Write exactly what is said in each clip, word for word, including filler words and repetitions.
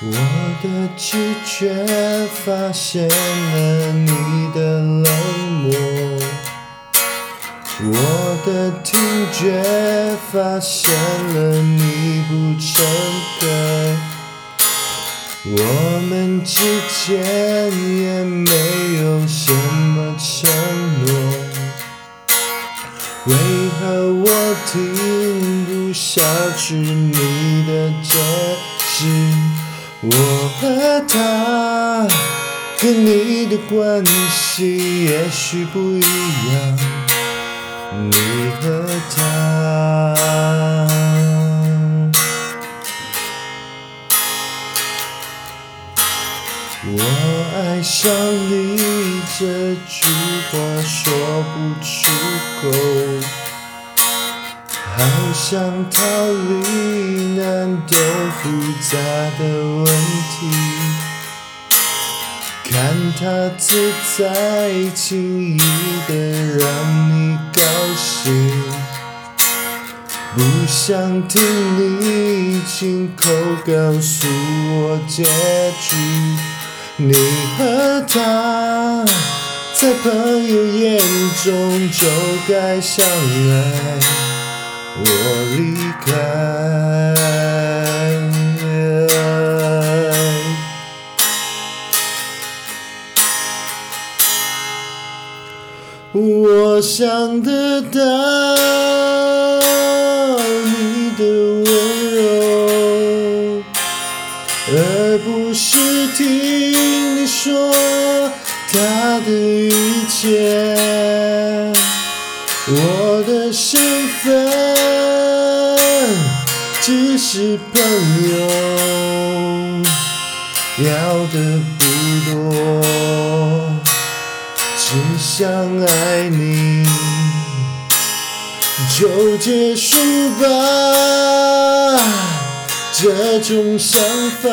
我的直觉发现了你的冷漠，我的听觉发现了你不诚恳，我们之间也没有什么承诺，为何我停不下去你的解释？我和他跟你的关系也许不一样，你和他，我爱上你这句话说不出口，好想逃离难懂复杂的问题，看他自在轻易的让你高兴，不想听你亲口告诉我结局。你和他在朋友眼中就该相爱，我离开，我想得到你的温柔，而不是听你说他的一切。我的身份只是朋友，要的不多，只想爱你，就结束吧这种想法，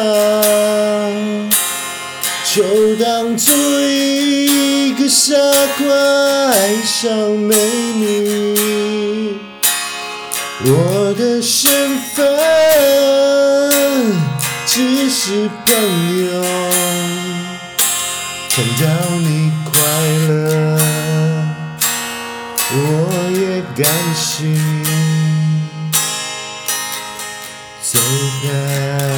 就当作一个傻瓜爱上美女。我的身份只是朋友，看到你快乐，我也甘心走开。